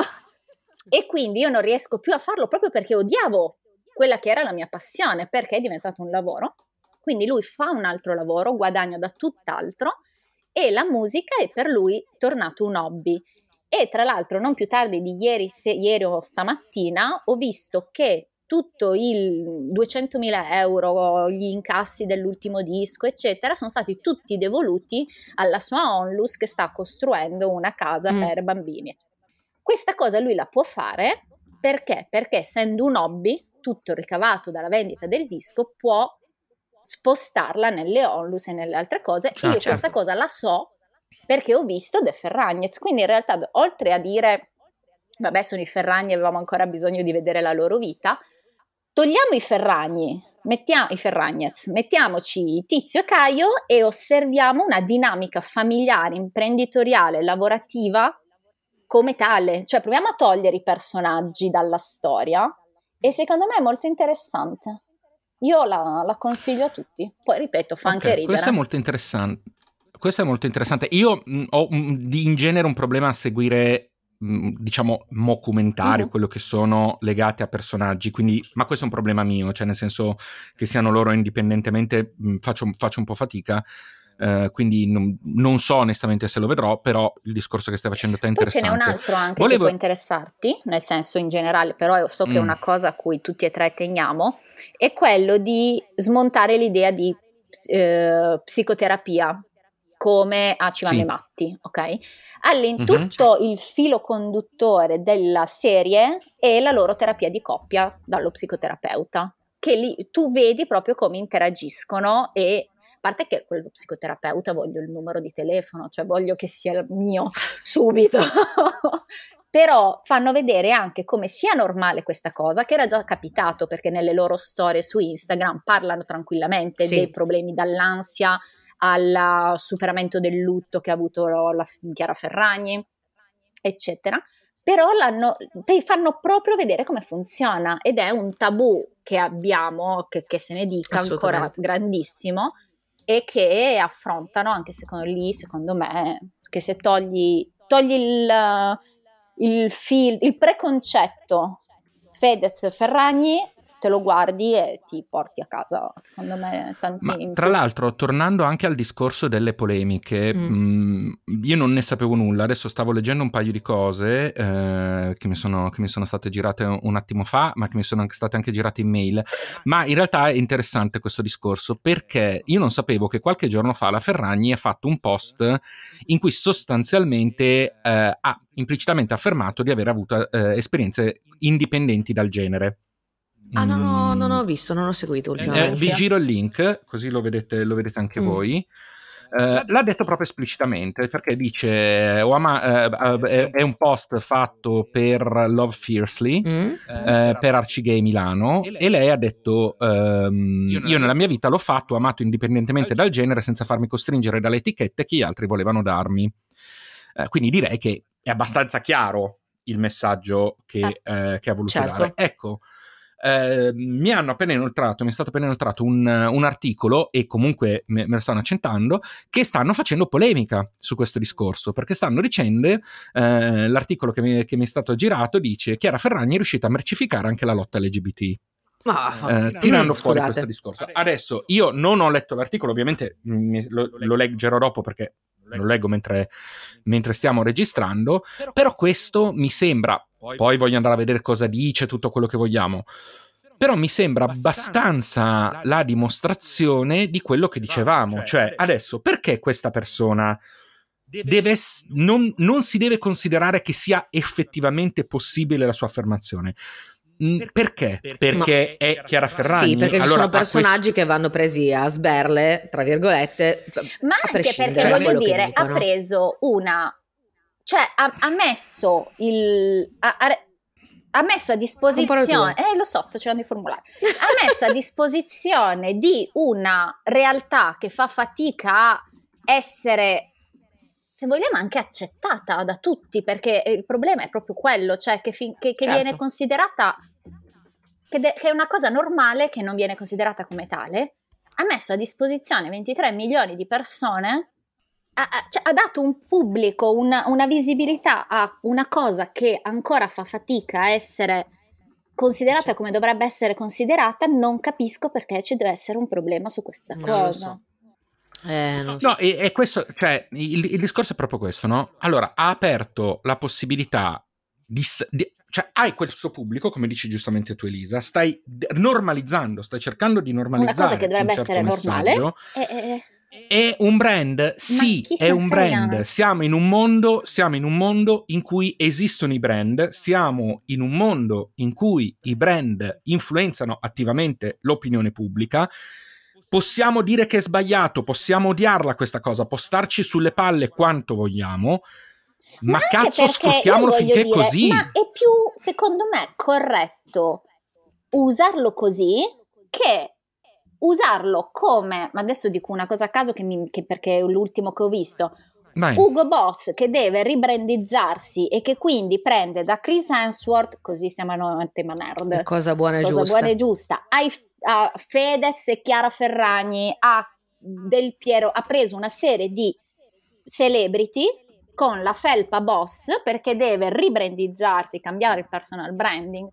E quindi io non riesco più a farlo proprio perché odiavo quella che era la mia passione, perché è diventato un lavoro. Quindi lui fa un altro lavoro, guadagna da tutt'altro, e la musica è per lui tornato un hobby. E tra l'altro non più tardi di ieri, se, ieri o stamattina ho visto che tutto il duecentomila euro, gli incassi dell'ultimo disco, eccetera, sono stati tutti devoluti alla sua Onlus che sta costruendo una casa mm. per bambini. Questa cosa lui la può fare perché? Perché essendo un hobby, tutto il ricavato dalla vendita del disco può spostarla nelle Onlus e nelle altre cose. Certo, e io certo. questa cosa la so perché ho visto De Ferragnez, quindi in realtà oltre a dire vabbè sono i Ferragni, avevamo ancora bisogno di vedere la loro vita, togliamo i Ferragni, mettiamo i Ferragnez, mettiamoci Tizio e Caio e osserviamo una dinamica familiare, imprenditoriale, lavorativa come tale, cioè proviamo a togliere i personaggi dalla storia, e secondo me è molto interessante. Io la, la consiglio a tutti, poi ripeto fa okay, anche ridere. Questo è molto interessante. Questo è molto interessante. Io mh, ho mh, di, in genere un problema a seguire mh, diciamo mockumentari, uh-huh. quello che sono legati a personaggi, quindi ma questo è un problema mio, cioè nel senso che siano loro indipendentemente mh, faccio, faccio un po' fatica. Uh, quindi non, non so onestamente se lo vedrò, però il discorso che stai facendo te è interessante. Poi ce n'è un altro anche Volevo... che può interessarti, nel senso in generale, però so che mm. è una cosa a cui tutti e tre teniamo, è quello di smontare l'idea di eh, psicoterapia come ah, ci vanno sì. i matti, ok? All'intutto mm-hmm. il filo conduttore della serie è la loro terapia di coppia dallo psicoterapeuta, che lì tu vedi proprio come interagiscono, e a parte che quello psicoterapeuta voglio il numero di telefono, cioè voglio che sia il mio subito, però fanno vedere anche come sia normale questa cosa, che era già capitato perché nelle loro storie su Instagram parlano tranquillamente sì. dei problemi, dall'ansia al superamento del lutto che ha avuto la Chiara Ferragni, eccetera. Però l'hanno, ti fanno proprio vedere come funziona, ed è un tabù che abbiamo, che, che se ne dica ancora grandissimo, e che affrontano anche secondo lì, secondo me, che se togli, togli il, il, fil, il preconcetto Fedez Ferragni, te lo guardi e ti porti a casa, secondo me, tanti Ma input. tra l'altro, tornando anche al discorso delle polemiche, Mm. mh, io non ne sapevo nulla, adesso stavo leggendo un paio di cose eh, che, mi sono, che mi sono state girate un attimo fa, ma che mi sono anche state anche girate in mail, ma in realtà è interessante questo discorso, perché io non sapevo che qualche giorno fa la Ferragni ha fatto un post in cui sostanzialmente eh, ha implicitamente affermato di aver avuto eh, esperienze indipendenti dal genere. Ah, no, no, non Mm. ho visto, non ho seguito Eh, ultimamente. vi giro il link, così lo vedete, lo vedete anche Mm. voi. Eh, l'ha detto proprio esplicitamente, perché dice "Ho ama- eh, eh, è un post fatto per Love Fiercely, Mm? eh, per Arcigay Milano, e lei ha detto ehm, io nella mia vita l'ho fatto, ho amato indipendentemente dal genere senza farmi costringere dalle etichette che gli altri volevano darmi". Eh, quindi direi che è abbastanza chiaro il messaggio che, eh, che ha voluto certo. dare. Ecco, eh, mi hanno appena inoltrato, mi è stato appena inoltrato un, un articolo, e comunque me, me lo stanno accentando, che stanno facendo polemica su questo discorso, perché stanno dicendo, eh, l'articolo che mi, che mi è stato girato dice: Chiara Ferragni è riuscita a mercificare anche la lotta L G B T. Ma fa- Eh, tirando Mm, fuori scusate. questo discorso. Adesso io non ho letto l'articolo, ovviamente mi- lo, lo leggerò dopo perché lo leggo mentre, mentre stiamo registrando, però questo mi sembra, poi voglio andare a vedere cosa dice, tutto quello che vogliamo, però mi sembra abbastanza la dimostrazione di quello che dicevamo, cioè adesso perché questa persona deve ess- non, non si deve considerare che sia effettivamente possibile la sua affermazione. Mm, Perché? Perché è Chiara Ferragni. Sì, perché ci Allora, sono a personaggi questo- che vanno presi a sberle, tra virgolette, Ma a anche prescindere perché da voglio quello che dire, ha dicono. preso una, cioè ha, ha messo il, ha, ha- ha messo a disposizione, tuo. eh lo so, sto cercando di formulare, ha messo a disposizione di una realtà che fa fatica a essere, se vogliamo, anche accettata da tutti, perché il problema è proprio quello, cioè che, fin- che, che Certo. viene considerata, che, de- che è una cosa normale che non viene considerata come tale. Ha messo a disposizione ventitré milioni di persone, ha, ha- cioè, ha dato un pubblico, una, una visibilità a una cosa che ancora fa fatica a essere considerata Cioè, come dovrebbe essere considerata. Non capisco perché ci deve essere un problema su questa non cosa. lo so. Eh, non so. No, e, e questo, cioè, il, il discorso è proprio questo, no? Allora, ha aperto la possibilità di, s- di- cioè, hai quel suo pubblico, come dici giustamente tu, Elisa, stai d- normalizzando, stai cercando di Una normalizzare cosa che dovrebbe un certo essere normale messaggio. è, è- È un brand, sì, chi se è ne un frega? brand. Siamo in un mondo, siamo in un mondo in cui esistono i brand, siamo in un mondo in cui i brand influenzano attivamente l'opinione pubblica. Possiamo dire che è sbagliato, possiamo odiarla questa cosa, può starci sulle palle quanto vogliamo, ma, ma anche cazzo, perché io sfruttiamolo voglio finché è dire, così. ma è più, secondo me, corretto usarlo così che usarlo come, ma adesso dico una cosa a caso che, mi, che perché è l'ultimo che ho visto, Vai. Hugo Boss che deve ribrandizzarsi e che quindi prende da Chris Hemsworth, così siamo a tema nerd, Cosa buona e cosa giusta. buona e giusta, ai, a Fedez e Chiara Ferragni, a Del Piero, ha preso una serie di celebrity con la felpa Boss perché deve ribrandizzarsi, cambiare il personal branding,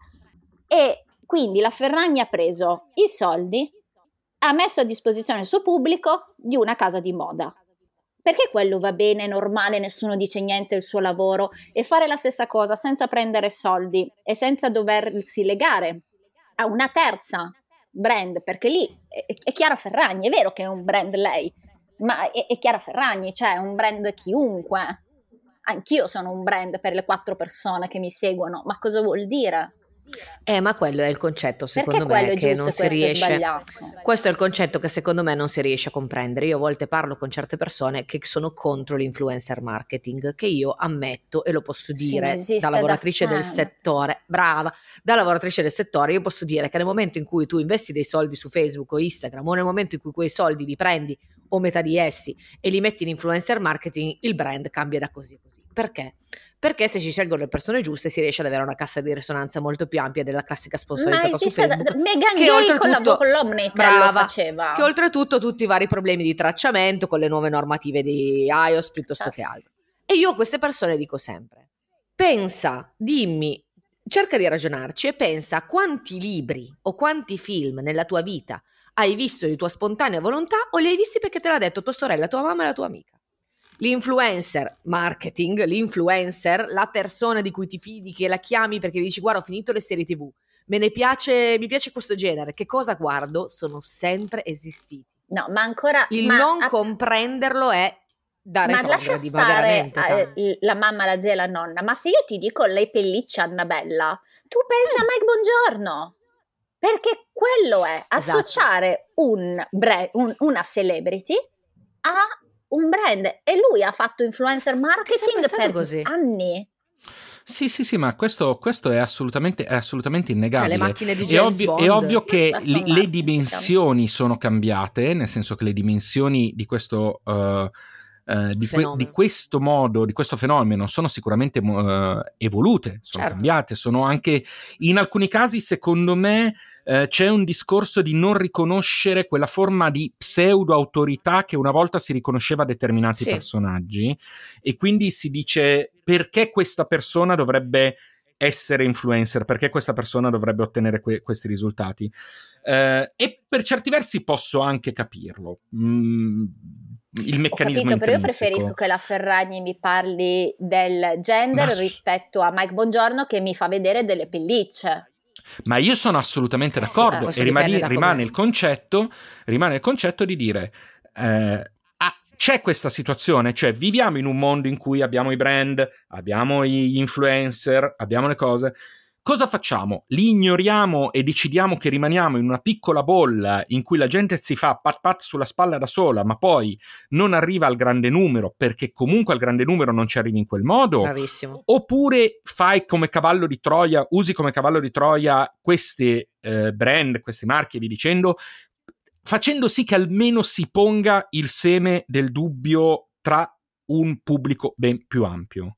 e quindi la Ferragni ha preso i soldi, ha messo a disposizione il suo pubblico di una casa di moda. Perché quello va bene, normale, nessuno dice niente, il suo lavoro, e fare la stessa cosa senza prendere soldi e senza doversi legare a una terza brand, perché lì è, è Chiara Ferragni, è vero che è un brand lei, ma è, è Chiara Ferragni, cioè è un brand chiunque. Anch'io sono un brand per le quattro persone che mi seguono, ma cosa vuol dire? Eh, ma quello è il concetto, Perché secondo quello me, è che giusto non e si questo è riesce. sbagliato? Questo è il concetto che secondo me non si riesce a comprendere. Io a volte parlo con certe persone che sono contro l'influencer marketing, che io ammetto e lo posso Sì, dire ma esiste da lavoratrice da del sempre. settore, brava, da lavoratrice del settore, io posso dire che nel momento in cui tu investi dei soldi su Facebook o Instagram, o nel momento in cui quei soldi li prendi o metà di essi e li metti in influencer marketing, il brand cambia da così a così. Perché? Perché se ci scelgono le persone giuste si riesce ad avere una cassa di risonanza molto più ampia della classica Ma sponsorizzata su esiste da, Facebook. Meghan che Gay con, la, oltretutto, con l'Omnitel brava, lo faceva. che oltretutto tutti i vari problemi di tracciamento con le nuove normative di iOS piuttosto Certo. che altro. E io a queste persone dico sempre: pensa, dimmi cerca di ragionarci e pensa a quanti libri o quanti film nella tua vita hai visto di tua spontanea volontà o li hai visti perché te l'ha detto tua sorella, tua mamma e la tua amica. L'influencer marketing, l'influencer, la persona di cui ti fidi, che la chiami perché dici guarda ho finito le serie tv, me ne piace, mi piace questo genere, che cosa guardo? Sono sempre esistiti. No, ma ancora... Il ma non a- comprenderlo è da Ma lascia retrogradi, ma stare veramente eh, tanto. il- la mamma, la zia e la nonna, ma se io ti dico le pellicce Annabella, tu pensa a Mike Bongiorno, perché quello è Esatto. associare un bra- un- una celebrity a un brand, e lui ha fatto influencer È marketing sempre stato per così. anni. Sì, sì, sì, ma questo, questo è assolutamente, è assolutamente Eh, le innegabile. macchine di È James ovvio, Bond. è ovvio che Aston li- Martin, le si dimensioni sono cambiate, nel senso che le dimensioni di questo, uh, uh, di, que- Fenomeno. di questo modo, di questo fenomeno sono sicuramente uh, evolute, sono Certo. cambiate, sono anche, in alcuni casi, secondo me, eh, c'è un discorso di non riconoscere quella forma di pseudo-autorità che una volta si riconosceva a determinati Sì. personaggi, e quindi si dice perché questa persona dovrebbe essere influencer, perché questa persona dovrebbe ottenere que- questi risultati. Eh, e per certi versi posso anche capirlo. Mm, il Ho meccanismo capito, però io intrinseco. preferisco che la Ferragni mi parli del gender Ma s- rispetto a Mike Bongiorno che mi fa vedere delle pellicce. Ma io sono assolutamente Eh sì, d'accordo, questo e rimane, dipende da rimane come- il concetto, rimane il concetto di dire eh, ah, c'è questa situazione, cioè viviamo in un mondo in cui abbiamo i brand, abbiamo gli influencer, abbiamo le cose. Cosa facciamo? Li ignoriamo e decidiamo che rimaniamo in una piccola bolla in cui la gente si fa pat pat sulla spalla da sola, ma poi non arriva al grande numero perché comunque al grande numero non ci arrivi in quel modo? Bravissimo. Oppure fai come cavallo di Troia, usi come cavallo di Troia questi eh, brand, questi marchi e vi dicendo, facendo sì che almeno si ponga il seme del dubbio tra un pubblico ben più ampio.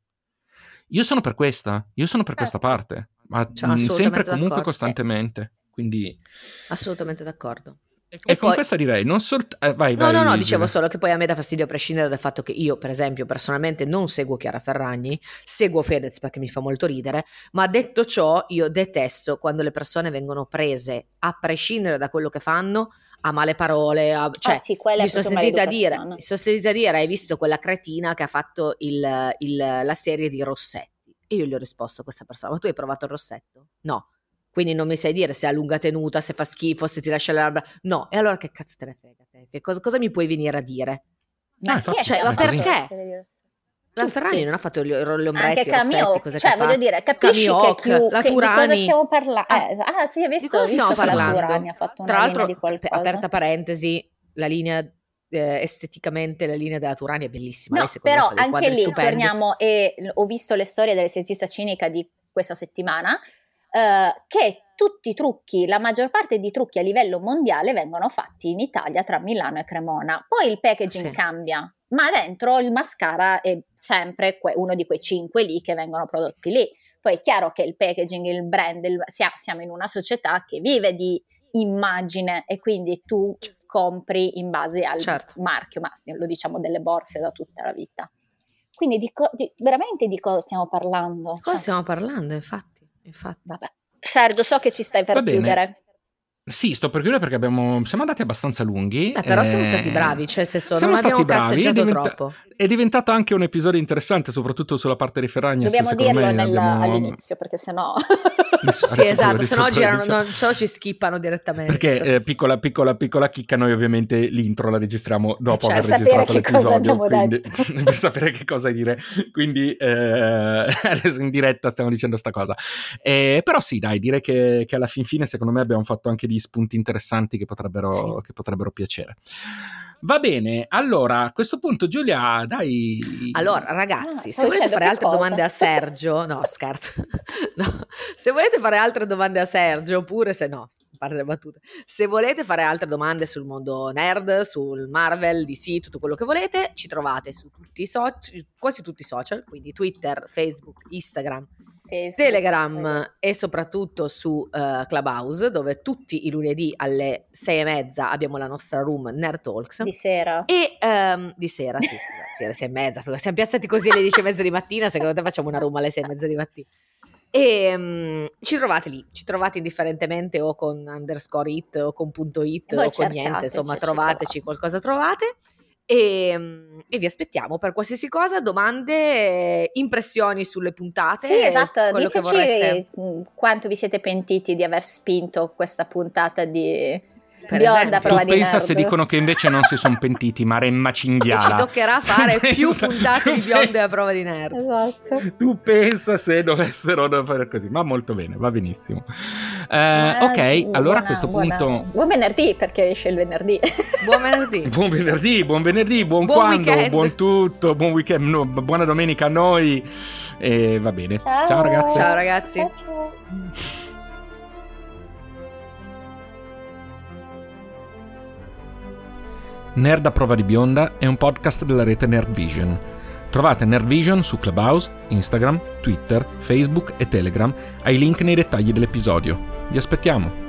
Io sono per questa, io sono per questa Certo. parte, ma Cioè, mh, assolutamente sempre comunque d'accordo. costantemente. Quindi Assolutamente d'accordo. e, E con poi- questa direi non soltanto eh, vai No, vai no, no, Gile. dicevo solo che poi a me dà fastidio a prescindere dal fatto che io, per esempio, personalmente non seguo Chiara Ferragni, seguo Fedez perché mi fa molto ridere, ma detto ciò io detesto quando le persone vengono prese, a prescindere da quello che fanno, a male parole, a- cioè Ah sì, quella è mi sono proprio sentita dire, maleducazione. mi sono sentita dire, hai visto quella cretina che ha fatto il- il- la serie di Rossetti? E io gli ho risposto a questa persona, ma tu hai provato il rossetto? No. Quindi non mi sai dire se è a lunga tenuta, se fa schifo, se ti lascia le labbra. No, e allora che cazzo te ne frega te? Che cosa, cosa mi puoi venire a dire? Ma Ah, chi è infatti, che cioè, ha ma fatto perché? la serie di Rossetti? La Tutti. Ferragni non ha fatto gli, gli ombretti, Anche i rossetti, Cameo, cosa cioè che fa? voglio dire, capisci Camioc, che, chiu- la che di cosa Turani. stiamo parlando? Ah, Eh, ah sì, hai Di visto, cosa ho visto stiamo che la parlando? Turani ha fatto una Tra linea l'altro, di pe- qualcosa. aperta parentesi, la linea eh, esteticamente, la linea della Turani è bellissima. No, Lei secondo però me fa dei anche quadri lì stupendi. torniamo, e l- ho visto le storie dell'estetista cinica di questa settimana, eh, che tutti i trucchi, la maggior parte di trucchi a livello mondiale vengono fatti in Italia tra Milano e Cremona. Poi il packaging Sì. cambia, ma dentro il mascara è sempre que- uno di quei cinque lì che vengono prodotti lì. Poi è chiaro che il packaging, il brand, il- sia- siamo in una società che vive di immagine e quindi tu compri in base al Certo. marchio, ma lo diciamo delle borse da tutta la vita. Quindi di co- di- veramente di cosa stiamo parlando? Di cosa Cioè, stiamo parlando, infatti? infatti. vabbè. Sergio, so che ci stai per Va bene. chiudere. Sì, sto per chiudere perché abbiamo, siamo andati abbastanza lunghi. Beh, però siamo eh, stati bravi, cioè nel senso siamo non abbiamo stati bravi, è, cazzeggiato diventa- troppo. è diventato anche un episodio interessante, soprattutto sulla parte di Ferragni. Dobbiamo secondo dirlo me nel- abbiamo- all'inizio perché sennò Adesso- Sì, adesso esatto, te lo se no dico, girano, diciamo. non, se no ci skippano direttamente. Perché Stas- eh, piccola, piccola, piccola chicca, noi ovviamente l'intro la registriamo dopo Cioè, aver sapere registrato che cosa l'episodio, abbiamo quindi, detto. per sapere che cosa dire. Quindi eh, adesso in diretta stiamo dicendo sta cosa. Eh, però sì, dai, dire che, che alla fin fine secondo me abbiamo fatto anche degli spunti interessanti che potrebbero, Sì. che potrebbero piacere. Va bene, allora a questo punto Giulia, dai. Allora, Ah, ragazzi, se stavo volete dicendo fare che altre cosa? domande a Sergio, no, scherzo. No. Se volete fare altre domande a Sergio, oppure se no, a parte le battute, se volete fare altre domande sul mondo nerd, sul Marvel, D C, tutto quello che volete, ci trovate su tutti i social, quasi tutti i social, quindi Twitter, Facebook, Instagram, Facebook. Telegram e soprattutto su uh, Clubhouse, dove tutti i lunedì alle sei e mezza abbiamo la nostra room Nerd Talks. Di sera. E ehm, di sera, sì, scusa, sì, alle sei e mezza, siamo piazzati così alle dieci e mezza di mattina, secondo te facciamo una room alle sei e mezza di mattina. E um, ci trovate lì, ci trovate indifferentemente o con underscore it o con punto it o con niente, insomma trovateci, qualcosa trovate. E, e vi aspettiamo per qualsiasi cosa, domande, impressioni sulle puntate. Sì, esatto, quello diteci che vorreste... quanto vi siete pentiti di aver spinto questa puntata di per Bionda esempio. prova tu di pensa nerd. se dicono che invece non si sono pentiti, ma Remma cinghiala. Ci toccherà fare più pensa, puntate di Bionda a prova di nerd. Esatto. Tu pensa se dovessero fare così, ma molto bene, va benissimo. Eh, ok, Eh, allora buona, a questo buona. punto... Buon venerdì, perché esce il venerdì. Buon venerdì. Buon venerdì, buon venerdì, buon, Buon quando, weekend. buon tutto, buon weekend, no, buona domenica a noi. E va bene. Ciao, Ciao ragazzi. Ciao ragazzi. Ciao, ciao. Nerd a prova di bionda è un podcast della rete Nerd Vision. Trovate Nerd Vision su Clubhouse, Instagram, Twitter, Facebook e Telegram, ai link nei dettagli dell'episodio. Vi aspettiamo!